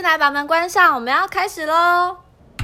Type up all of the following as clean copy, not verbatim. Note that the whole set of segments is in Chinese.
进来，把门关上，我们要开始咯。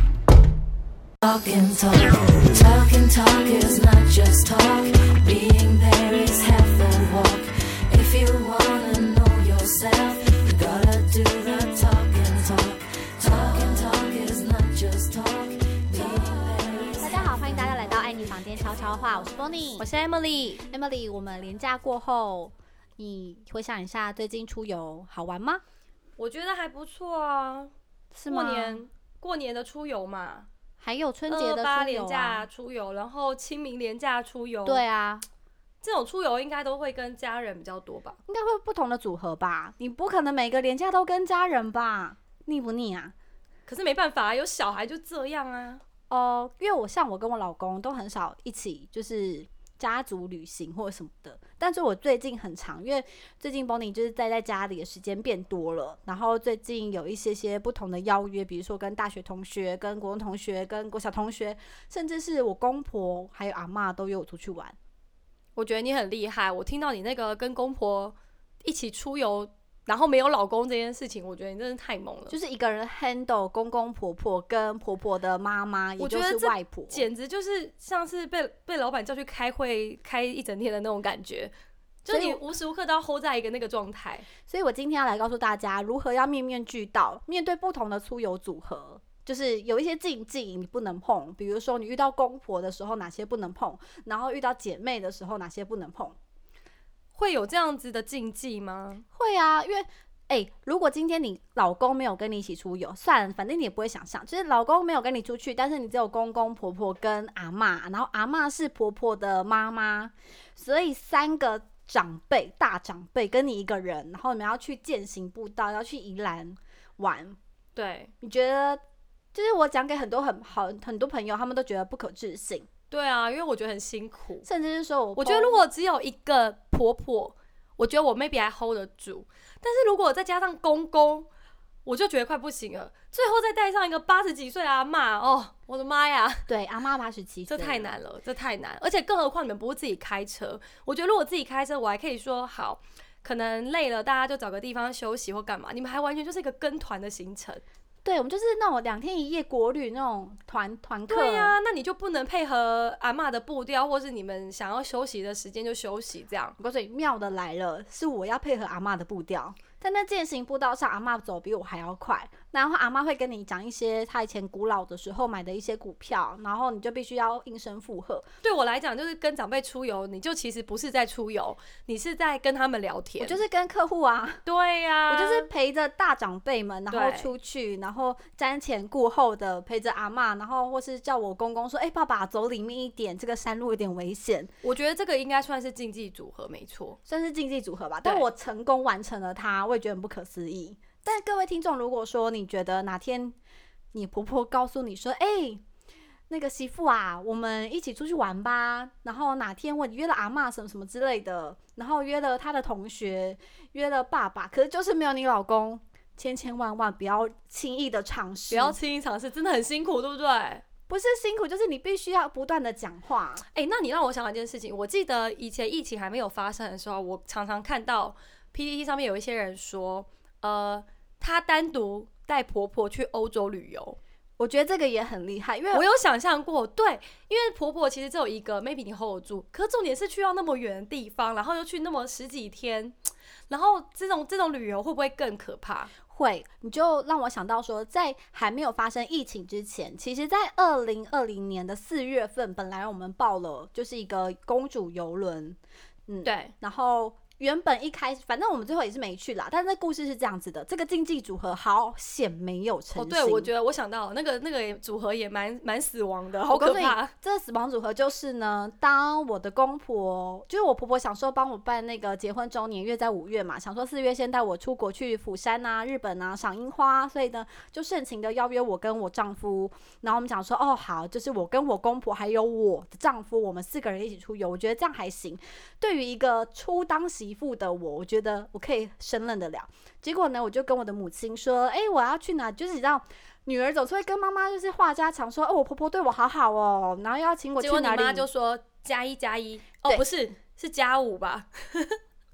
Talk and talk, talk and talk is not just talk. Being there is half the walk. If you wanna know yourself, you gotta do the talk and talk. Talk and talk is not just talk. Being there is 大家好，欢迎大家来到爱你房间悄悄话，我是 Bonnie， 我是 Emily。 我们连假过后，你回想一下最近出游好玩吗？ 我觉得还不错啊， 是吗？ 过年的出游嘛， 还有春节的出游 28连假出游，然后清明连假出游。 对啊， 这种出游应该都会跟家人比较多吧？ 应该会不同的组合吧？你不可能每个连假都跟家人吧？腻不腻啊？ 可是没办法，有小孩就这样啊。 因为我跟我老公都很少一起，就是家族旅行或者什么的。但是我最近很长，因为最近 Bonnie 就是在家里的时间变多了，然后最近有一些不同的邀约，比如说跟大学同学、跟国中同学、跟国小同学，甚至是我公婆还有阿嬷都约我出去玩。 我觉得你很厉害，我听到你那个跟公婆一起出游，然后没有老公这件事情，我觉得你真的太猛了。 就是一个人 handle 公公婆婆跟婆婆的妈妈，也就是外婆， 简直就是像是被老板叫去开会开一整天的那种感觉，就你无时无刻都要 hold 在一个那个状态。 所以我今天要来告诉大家如何要面面俱到，面对不同的出游组合。就是有一些禁忌你不能碰，比如说你遇到公婆的时候哪些不能碰，然后遇到姐妹的时候哪些不能碰。 会有这样子的禁忌吗？ 会啊，因为如果今天你老公没有跟你一起出游，算了，反正你也不会想象，就是老公没有跟你出去，但是你只有公公婆婆跟阿嬷，然后阿嬷是婆婆的妈妈，所以3个大长辈跟你一个人，然后你们要去践行步道，要去宜兰玩。 对， 你觉得就是我讲给很多朋友，他们都觉得不可置信。 对啊，因为我觉得很辛苦， 甚至是说我觉得如果只有一个婆婆，我觉得我 maybe 还 hold 得住，但是如果再加上公公，我就觉得快不行了。最后再带上一个80几岁的阿嬷，哦，我的妈呀！ 对，阿嬷87岁， 这太难了，这太难，而且更何况你们不是自己开车。我觉得如果自己开车，我还可以说好，可能累了，大家就找个地方休息或干嘛。你们还完全就是一个跟团的行程。 对，我们就是那种2天1夜国旅那种团客。 对啊，那你就不能配合阿嬷的步调，或是你们想要休息的时间就休息这样。 我告诉你，妙的来了，是我要配合阿嬷的步调，在那践行步道上，阿嬷走比我还要快。然后阿嬷会跟你讲一些她以前古老的时候买的一些股票，然后你就必须要应声附和。 对我来讲，就是跟长辈出游，你就其实不是在出游，你是在跟他们聊天。 我就是跟客户啊， 对啊， 我就是陪着大长辈们，然后出去，然后瞻前顾后的陪着阿嬷，然后或是叫我公公说：“爸爸走里面一点，这个山路有点危险。” 我觉得这个应该算是竞技组合，没错， 算是竞技组合吧。但我成功完成了它，我也觉得很不可思议。但各位听众，如果说你觉得哪天你婆婆告诉你说：“那个媳妇啊，我们一起出去玩吧。”然后哪天我约了阿嬷什么什么之类的，然后约了她的同学，约了爸爸，可是就是没有你老公，千万不要轻易的尝试， 不要轻易尝试，真的很辛苦，对不对？ 不是辛苦，就是你必须要不断的讲话。 那你让我想到一件事情，我记得以前疫情还没有发生的时候，我常常看到 PTT 上面有一些人说，她单独带婆婆去欧洲旅游。 我觉得这个也很厉害，因为我有想象过，对，因为婆婆其实只有一个 maybe 你 hold 得住，可是重点是去到那么远的地方，然后又去那么10几天，然后这种旅游会不会更可怕？ 会，你就让我想到说，在还没有发生疫情之前，其实在2020年的4月份，本来我们报了就是一个公主邮轮， 对， 然后原本一开始，反正我们最后也是没去啦。但是故事是这样子的，这个竞技组合好险没有成型。 对，我觉得我想到那个组合也蛮死亡的，好可怕。 这个死亡组合就是呢，当我的公婆，就是我婆婆想说帮我办那个结婚周年，因为在5月嘛，想说4月先带我出国去釜山啊、日本啊赏樱花，所以呢就盛情的邀约我跟我丈夫。然后我们讲说，好，就是我跟我公婆还有我的丈夫，我们4个人一起出游，我觉得这样还行。对于一个初当媳妇的我觉得我可以胜任得了。结果呢，我就跟我的母亲说，我要去哪？就是你知道，女儿总是会跟妈妈就是话家常说，我婆婆对我好好哦，然后要请我去哪里？ 结果你妈就说+1+1，不是，是+5吧？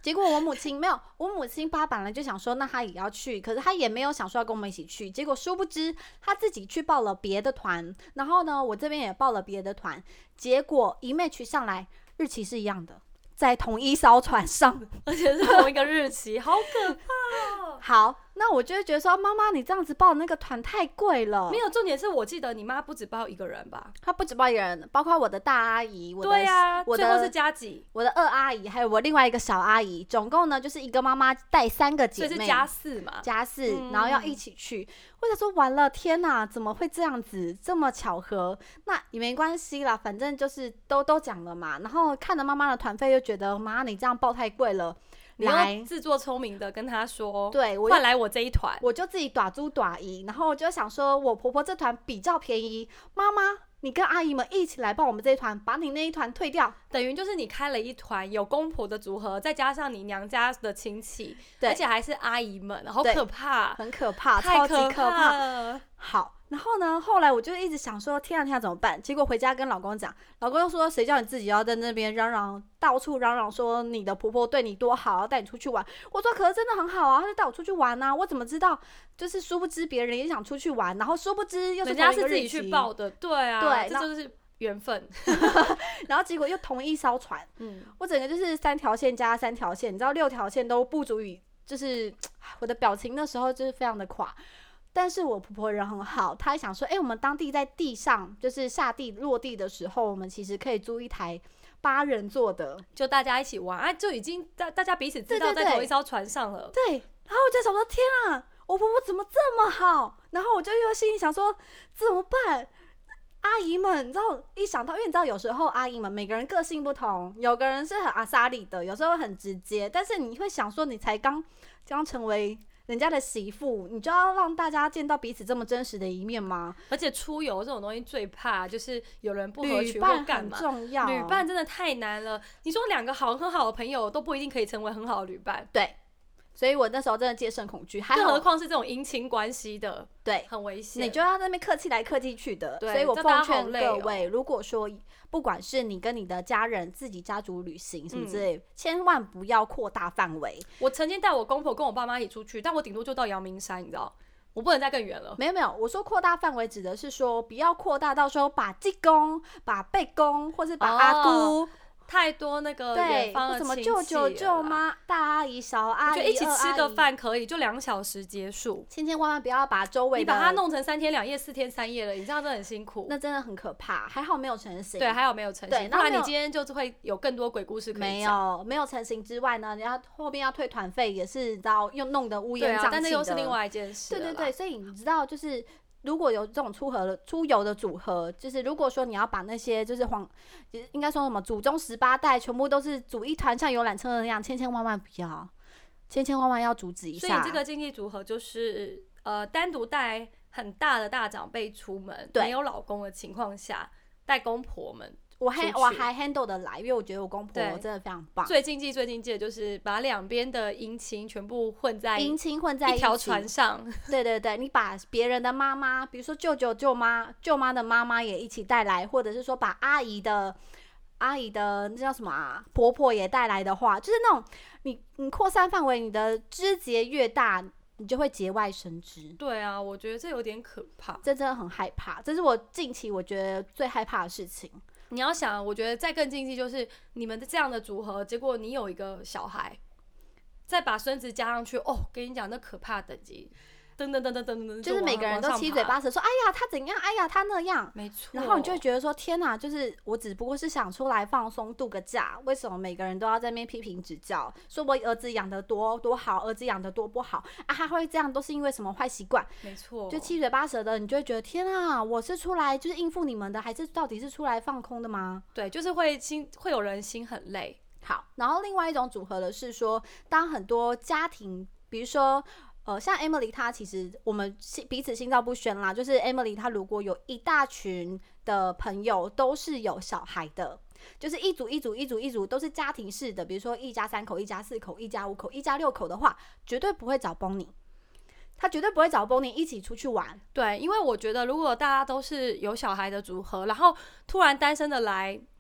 结果我母亲没有，我母亲爸本来就想说，那他也要去，可是他也没有想说要跟我们一起去。结果殊不知他自己去报了别的团，然后呢，我这边也报了别的团，结果一 match 上来，日期是一样的，在同一艘船上， 而且是同一个日期，好可怕哦！ 好，那我就会觉得说，妈妈，你这样子报的那个团太贵了。 没有，重点是我记得你妈不止报一个人吧？ 她不止报一个人，包括我的大阿姨，我的对啊， 我最后是的加几， 我的二阿姨，还有我另外一个小阿姨，总共呢就是一个妈妈带3个姐妹， 所以是加4嘛？ 加4，然后要一起去。我想说，完了，天哪，怎么会这样子，这么巧合？那也没关系啦，反正就是都讲了嘛。然后看着妈妈的团费，又觉得妈，你这样报太贵了。 你要自作聪明的跟他说， 对， 换来我这一团， 我就自己打猪打姨，然后我就想说，我婆婆这团比较便宜，妈妈你跟阿姨们一起来报我们这一团，把你那一团退掉， 等于就是你开了一团有公婆的组合，再加上你娘家的亲戚， 对， 而且还是阿姨们，好可怕， 很可怕， 太超级可怕了。 好，然后呢，后来我就一直想说，天啊天啊怎么办？结果回家跟老公讲，老公又说，谁叫你自己要在那边嚷嚷，到处嚷嚷说你的婆婆对你多好，要带你出去玩。我说可是真的很好啊，他就带我出去玩啊，我怎么知道？就是殊不知别人也想出去玩，然后殊不知又是人家是自己去报的，对啊， 对， 这就是缘分。 然后结果又同一艘船，我整个就是3条线加3条线，你知道6条线都不足以，就是我的表情那时候就是非常的垮。但是我婆婆人很好，她还想说，我们当地在地上就是下地落地的时候，我们其实可以租一台8人座的， 就大家一起玩啊，就已经大家彼此知道在同一艘船上了。 对，然后我就想说，天啊，我婆婆怎么这么好？然后我就又心里想说，怎么办？阿姨们，你知道，一想到，因为你知道，有时候阿姨们每个人个性不同，有个人是很阿莎里的，有时候很直接，但是你会想说，你才刚成为人家的媳妇，你就要让大家见到彼此这么真实的一面吗？ 而且出游这种东西最怕就是有人不合群或干嘛， 旅伴很重要， 旅伴真的太难了。你说2个很好的朋友都不一定可以成为很好的旅伴， 对。所以我那时候真的戒慎恐惧， 更何况是这种姻亲关系的， 对， 很危险。 你就要在那边客气来客气去的。 对， 所以我奉劝各位， 哦， 如果说不管是你跟你的家人自己家族旅行什么之类，千万不要扩大范围。 我曾经带我公婆跟我爸妈一起出去，但我顶多就到阳明山，你知道，我不能再更远了。 没有，我说扩大范围指的是说，不要扩大到说把继公、把贝公，或是把阿姑。 太多那个远方的亲戚了，什么舅舅、舅妈、大阿姨、小阿姨， 就一起吃个饭可以，就2小时结束。 千万万不要把周围的， 你把它弄成3天2夜、4天3夜了，你这样真的很辛苦。 那真的很可怕。还好没有成型， 对，还好没有成型，不然你今天就是会有更多鬼故事可以讲。没有成型之外呢，你要后面要退团费，也是到又弄得乌烟瘴气的。 但那又是另外一件事。 对，所以你知道就是。如果有这种出游的组合，就是如果说你要把那些就是应该说什么祖宗18代全部都是组一团像游览车那样，千万万不要，千万万要阻止一下。 所以这个经济组合就是单独带很大的大长辈出门，没有老公的情况下，带公婆们。我还 handle 得来，因为我觉得我公婆真的非常棒。 最经济的就是把2边的姻亲全部混在一条船上。 对，你把别人的妈妈，比如说舅舅、舅妈的妈妈也一起带来，或者是说把阿姨的那叫什么啊，婆婆也带来的话，就是那种你扩散范围，你的枝节越大，你就会节外生枝。 对啊，我觉得这有点可怕， 这真的很害怕，这是我近期我觉得最害怕的事情。 你要想，我觉得再更经济就是你们的这样的组合，结果你有一个小孩，再把孙子加上去，跟你讲那可怕的等级，噔， 就是每个人都七嘴八舌说，哎呀他怎样，哎呀他那样， 没错。 然后你就会觉得说，天哪，就是我只不过是想出来放松度个假，为什么每个人都要在那边批评指教，说我儿子养得多好，儿子养得多不好啊，他会这样都是因为什么坏习惯？ 没错， 就七嘴八舌的，你就会觉得天啊，我是出来就是应付你们的，还是到底是出来放空的吗？ 对，就是会有人心很累。 好，然后另外一种组合的是说，当很多家庭，比如说。像 Emily 她其实我们彼此心照不宣啦，就是 Emily 她如果有一大群的朋友都是有小孩的，就是一组都是家庭式的，比如说1家3口、1家4口、1家5口、1家6口的话，绝对不会找 Bonnie， 他绝对不会找 Bonnie 一起出去玩。 对，因为我觉得如果大家都是有小孩的组合，然后突然单身的来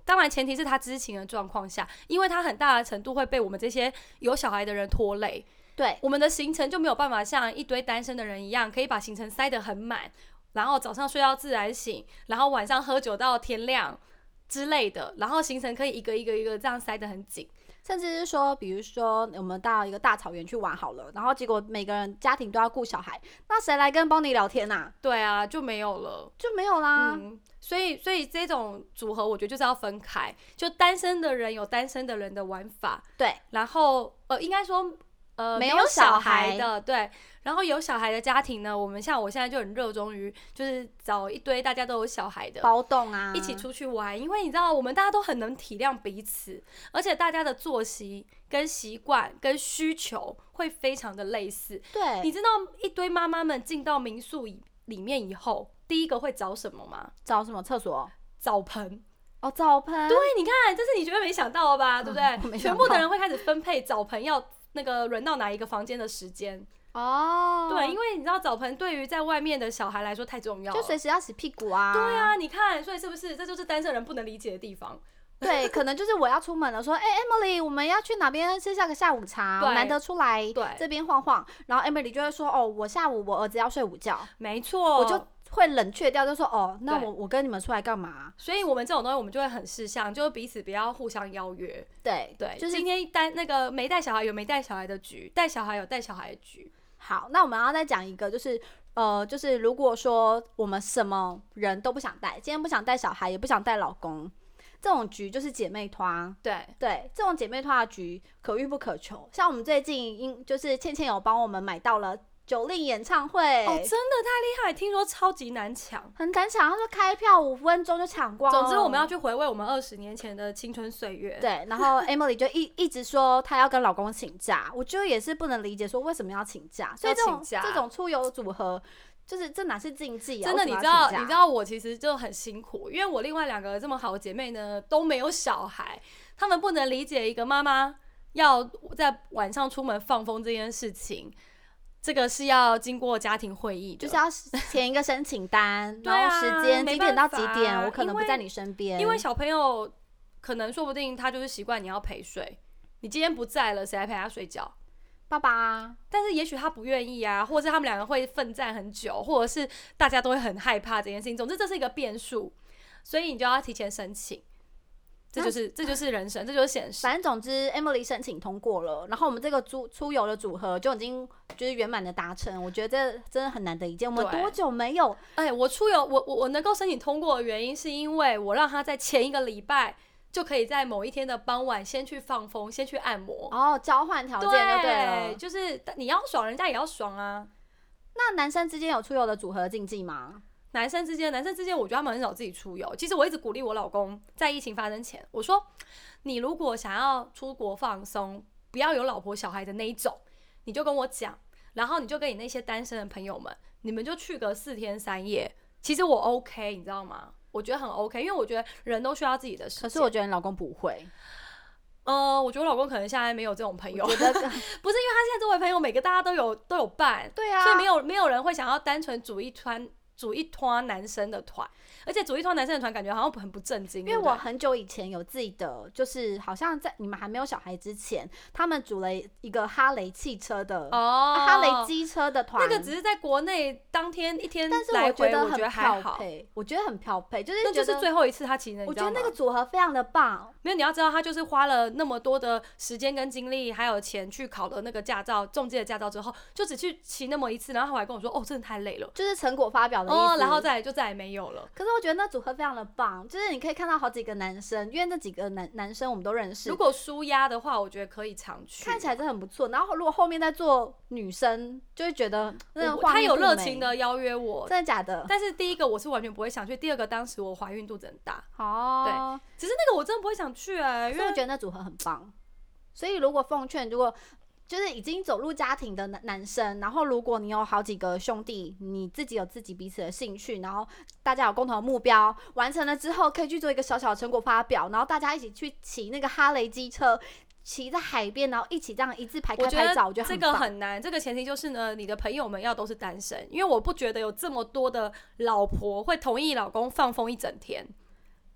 当然前提是他知情的状况下，因为他很大的程度会被我们这些有小孩的人拖累。 对， 我们的行程就没有办法像一堆单身的人一样，可以把行程塞得很满，然后早上睡到自然醒，然后晚上喝酒到天亮之类的，然后行程可以一个一个一个这样塞得很紧。 甚至是说，比如说我们到一个大草原去玩好了，然后结果每个人家庭都要顾小孩，那谁来跟邦尼聊天啊？ 对啊，就没有了， 就没有啦。 所以这种组合我觉得就是要分开，就单身的人有单身的人的玩法， 对， 然后应该说没有小孩的，对，然后有小孩的家庭呢，我现在就很热衷于就是找一堆大家都有小孩的包栋啊， 一起出去玩，因为你知道我们大家都很能体谅彼此，而且大家的作息跟习惯跟需求会非常的类似。 对， 你知道一堆妈妈们进到民宿里面以后，第一个会找什么吗？ 找什么厕所？ 澡盆。 哦，澡盆。 对，你看，这是你绝对没想到的吧？对不对？全部的人会开始分配澡盆要那个轮到哪一个房间的时间。 哦， 对，因为你知道澡盆对于在外面的小孩来说太重要了， 就随时要洗屁股啊。 对啊，你看，所以是不是这就是单身人不能理解的地方？ 对，可能就是我要出门了，说Emily， 我们要去哪边吃下个下午茶，我难得出来这边晃晃，然后 Emily 就会说，哦，我下午我儿子要睡午觉， 没错， 我就会冷却掉，就说哦，那我跟你们出来干嘛？ 所以我们这种东西我们就会很识相，就是彼此不要互相邀约。 对， 就是今天那个没带小孩有没带小孩的局，带小孩有带小孩的局。 好，那我们要再讲一个，就是如果说我们什么人都不想带，今天不想带小孩，也不想带老公，这种局就是姐妹团。 对， 这种姐妹团的局可遇不可求。像我们最近就是倩倩有帮我们买到了9令演唱会， 哦，真的太厉害！听说超级难抢， 很难抢。他说开票5分钟就抢光了。 总之，我们要去回味我们20年前的青春岁月。 对，然后 Emily 就一直说她要跟老公请假，我就也是不能理解说为什么要请假。所以这种出游组合，就是这哪是禁忌啊？ 真的，你知道我其实就很辛苦，因为我另外2个这么好的姐妹呢都没有小孩，她们不能理解一个妈妈要在晚上出门放风这件事情。这个是要经过家庭会议的， 就是要填一个申请单，然后时间几点到几点，我可能不在你身边。 因为小朋友可能说不定他就是习惯你要陪睡，你今天不在了，谁来陪他睡觉？ 爸爸。 但是也许他不愿意啊，或者是他们2个会奋战很久，或者是大家都会很害怕这件事情。总之这是一个变数，所以你就要提前申请。这就是人生，这就是现实。 反正总之 ，Emily 申请通过了，然后我们这个出游的组合就已经就是圆满的达成。我觉得这真的很难得一见。我们多久没有？ 我出游，我能够申请通过的原因，是因为我让他在前1个礼拜就可以在某一天的傍晚先去放风，先去按摩。 哦，交换条件就对了， 就是你要爽，人家也要爽啊。 那男生之间有出游的组合禁忌吗？ 男生之间，我觉得他们很少自己出游。其实我一直鼓励我老公，在疫情发生前，我说，你如果想要出国放松，不要有老婆小孩的那一种，你就跟我讲，然后你就跟你那些单身的朋友们，你们就去个4天3夜。其实我 OK， 你知道吗？我觉得很 OK， 因为我觉得人都需要自己的时间。 可是我觉得你老公不会。 我觉得我老公可能现在没有这种朋友，不是因为他现在周围朋友每个大家都有伴， 对啊， 所以没有人会想要单纯组一团男生的团，而且组一团男生的团感觉好像很不正经。 因为我很久以前有自己的，就是好像在你们还没有小孩之前，他们组了一个哈雷汽车的哈雷机车的团， 那个只是在国内当天1天但是来回， 我觉得还好， 我觉得很漂配，就是那就是最后一次他骑的， 我觉得那个组合非常的棒。 没有，你要知道他就是花了那么多的时间跟精力，还有钱去考了那个驾照，重机的驾照之后，就只去骑那么一次，然后后来跟我说，哦，真的太累了， 就是成果发表的意思。 然后再也没有了。 可是我觉得那组合非常的棒，就是你可以看到好几个男生，因为那几个男生我们都认识。 如果舒压的话，我觉得可以常去， 看起来真的很不错。然后如果后面再做女生，就会觉得那画面不美。 他有热情的邀约我， 真的假的？ 但是第一个我是完全不会想去，第二个当时我怀孕肚子很大， 哦， 对，只是那个我真的不会想去因为我觉得那组合很棒。所以如果奉劝，如果就是已经走入家庭的男生，然后如果你有好几个兄弟，你自己有自己彼此的兴趣，然后大家有共同的目标，完成了之后可以去做一个小小的成果发表，然后大家一起去骑那个哈雷机车，骑在海边，然后一起这样一字排开拍照，我觉得很棒。 这个很难，这个前提就是呢，你的朋友们要都是单身，因为我不觉得有这么多的老婆会同意老公放风一整天。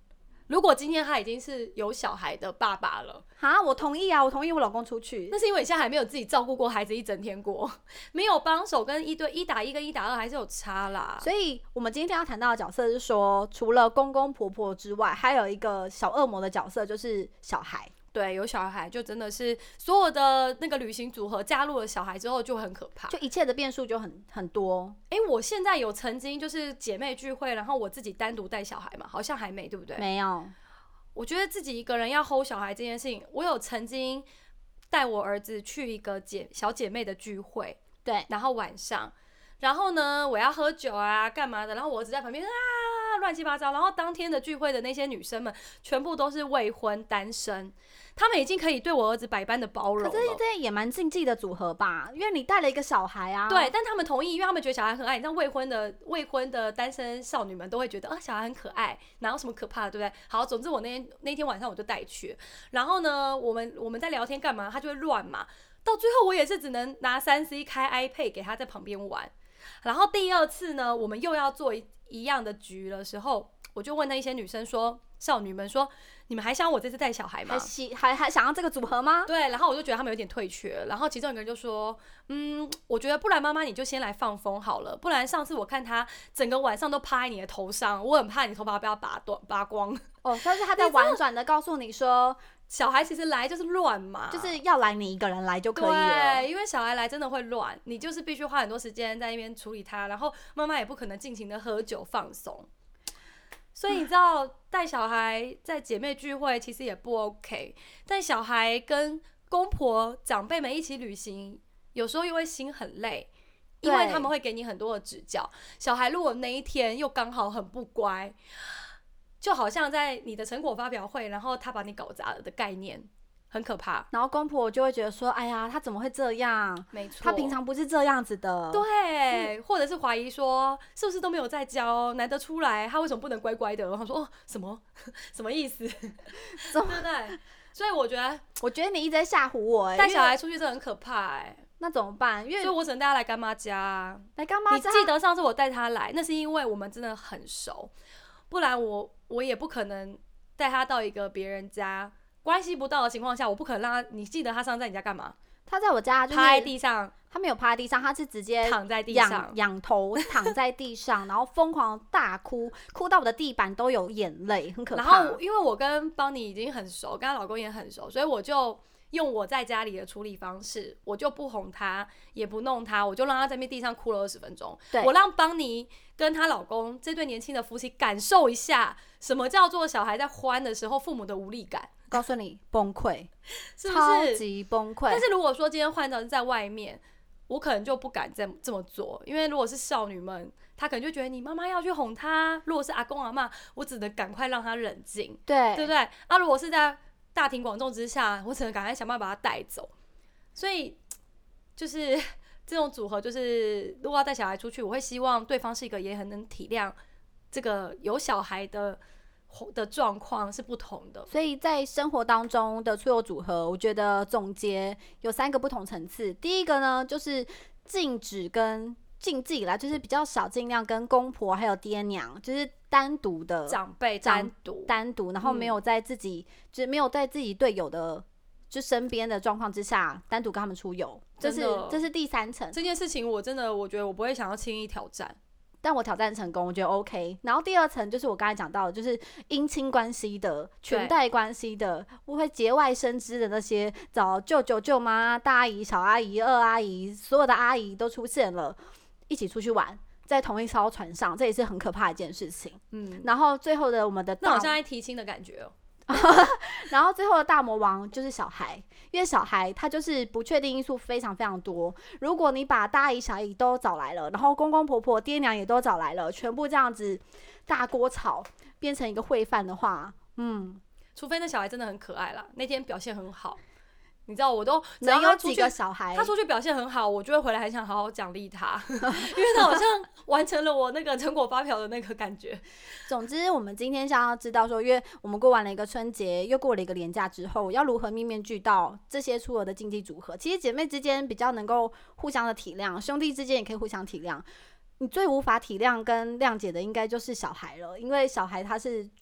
如果今天他已经是有小孩的爸爸了， 啊，我同意啊，我同意我老公出去。 那是因为你现在还没有自己照顾过孩子一整天过，没有帮手跟1对1打1跟1打2还是有差啦。 所以我们今天要谈到的角色是说，除了公公婆婆之外，还有一个小恶魔的角色，就是小孩。 对，有小孩就真的是所有的那个旅行组合加入了小孩之后就会很可怕， 就一切的变数就很多。 我现在有曾经就是姐妹聚会，然后我自己单独带小孩嘛，好像还没，对不对？ 没有。 我觉得自己一个人要 hold 小孩这件事情，我有曾经带我儿子去一个小姐妹的聚会， 对， 然后晚上，然后呢我要喝酒啊干嘛的，然后我儿子在旁边乱七八糟，然后当天的聚会的那些女生们全部都是未婚单身，他们已经可以对我儿子百般的包容了。 可是这也蛮禁忌的组合吧，因为你带了一个小孩啊。 对，但他们同意，因为他们觉得小孩很爱。你知道未婚的单身少女们都会觉得小孩很可爱，哪有什么可怕的，对不对？好，总之我那天晚上我就带去，然后呢，我们在聊天干嘛，他就会乱嘛。到最后我也是只能拿3C 开 iPad 给他在旁边玩。然后第二次呢，我们又要做一样的局的时候，我就问那一些女生说，少女们说，你们还想我这次带小孩吗？ 还想要这个组合吗？ 对，然后我就觉得他们有点退却了，然后其中一个人就说，我觉得不然妈妈你就先来放风好了，不然上次我看他整个晚上都趴在你的头上，我很怕你头发被他拔光。 但是他在婉转的告诉你说， 小孩其实来就是乱嘛， 就是要来你一个人来就可以了。 对，因为小孩来真的会乱，你就是必须花很多时间在那边处理他，然后妈妈也不可能尽情的喝酒放松。所以你知道带小孩在姐妹聚会其实也不 OK， 但小孩跟公婆长辈们一起旅行，有时候又会心很累，因为他们会给你很多的指教。小孩如果那一天又刚好很不乖，就好像在你的成果发表会，然后他把你搞砸了的概念，很可怕。 然后公婆就会觉得说，哎呀，他怎么会这样？ 没错， 他平常不是这样子的。 对，或者是怀疑说，是不是都没有在教，难得出来，他为什么不能乖乖的？然后说，什么意思？对不对？所以我觉得你一直在吓唬我， 带小孩出去真的很可怕那怎么办？因为所以我只能带他来干妈家。 来干妈家， 你记得上次我带他来，那是因为我们真的很熟，不然我也不可能带他到一个别人家关系不到的情况下，我不可能让他。你记得他上次在你家干嘛？ 他在我家就是趴在地上， 他没有趴在地上，他是直接躺在地上， 仰头躺在地上，然后疯狂大哭，哭到我的地板都有眼泪，很可怕。 然后因为我跟邦尼已经很熟，跟她老公也很熟，所以我就用我在家里的处理方式，我就不哄他，也不弄他，我就让他在那地上哭了20分钟。我让邦尼跟她老公这对年轻的夫妻感受一下什么叫做小孩在欢的时候父母的无力感。 告诉你，崩溃， 是不是超级崩溃？ 但是如果说今天换到是在外面，我可能就不敢这么做，因为如果是少女们，她可能就觉得你妈妈要去哄她；如果是阿公阿嬷，我只能赶快让她冷静，对不对？如果是在大庭广众之下，我只能赶快想办法把她带走。所以就是这种组合，就是如果要带小孩出去，我会希望对方是一个也很能体谅这个有小孩的状况是不同的。 所以在生活当中的出游组合，我觉得总结有3个不同层次。第一个呢，就是禁止跟禁忌啦，就是比较少，尽量跟公婆还有爹娘，就是单独的长辈单独， 然后没有在自己、就是没有在自己队友的就身边的状况之下，单独跟他们出游，这是第3层。 这件事情我觉得我不会想要轻易挑战。 但我挑战成功，我觉得 OK。然后第2层就是我刚才讲到的，就是姻亲关系的、裙带关系的，我会节外生枝的那些，找舅舅、舅妈、大阿姨、小阿姨、二阿姨，所有的阿姨都出现了，一起出去玩，在同一艘船上，这也是很可怕的一件事情。然后最后的我们的那好像在提亲的感觉然后最后的大魔王就是小孩，因为小孩他就是不确定因素非常非常多。如果你把大姨小姨都找来了，然后公公婆婆爹娘也都找来了，全部这样子大锅炒变成一个烩饭的话， 除非那小孩真的很可爱啦，那天表现很好，你知道我都只要有几个小孩他出去表现很好，我就会回来很想好好奖励他因为他好像完成了我那个成果发表的那个感觉。 总之我们今天想要知道说，因为我们过完了一个春节，又过了一个连假之后，要如何面面俱到这些出游的竞技组合。其实姐妹之间比较能够互相的体谅，兄弟之间也可以互相体谅。你最无法体谅跟谅解的应该就是小孩了，因为小孩他是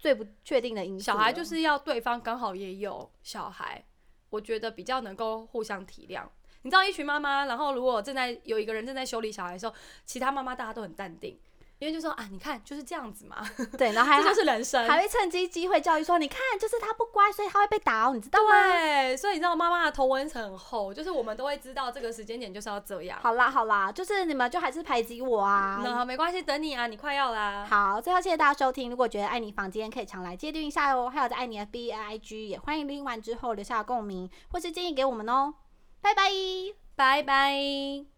最不确定的因素。 小孩就是要对方刚好也有小孩，我觉得比较能够互相体谅。你知道一群妈妈，然后如果有一个人正在修理小孩的时候，其他妈妈大家都很淡定，因为就说啊，你看就是这样子嘛， 对，然后这就是人生， 还会趁机会教育说，你看就是他不乖，所以他会被打哦，你知道吗？ 对，所以你知道妈妈的头文层很厚，就是我们都会知道这个时间点就是要这样。 好啦，就是你们就还是排挤我啊。 那没关系，等你啊，你快要啦。 好，最后谢谢大家收听。如果觉得爱你房间可以常来接订一下哦，还有在爱你 FB、IG 也欢迎听完之后留下共鸣或是建议给我们哦。拜拜， 拜拜。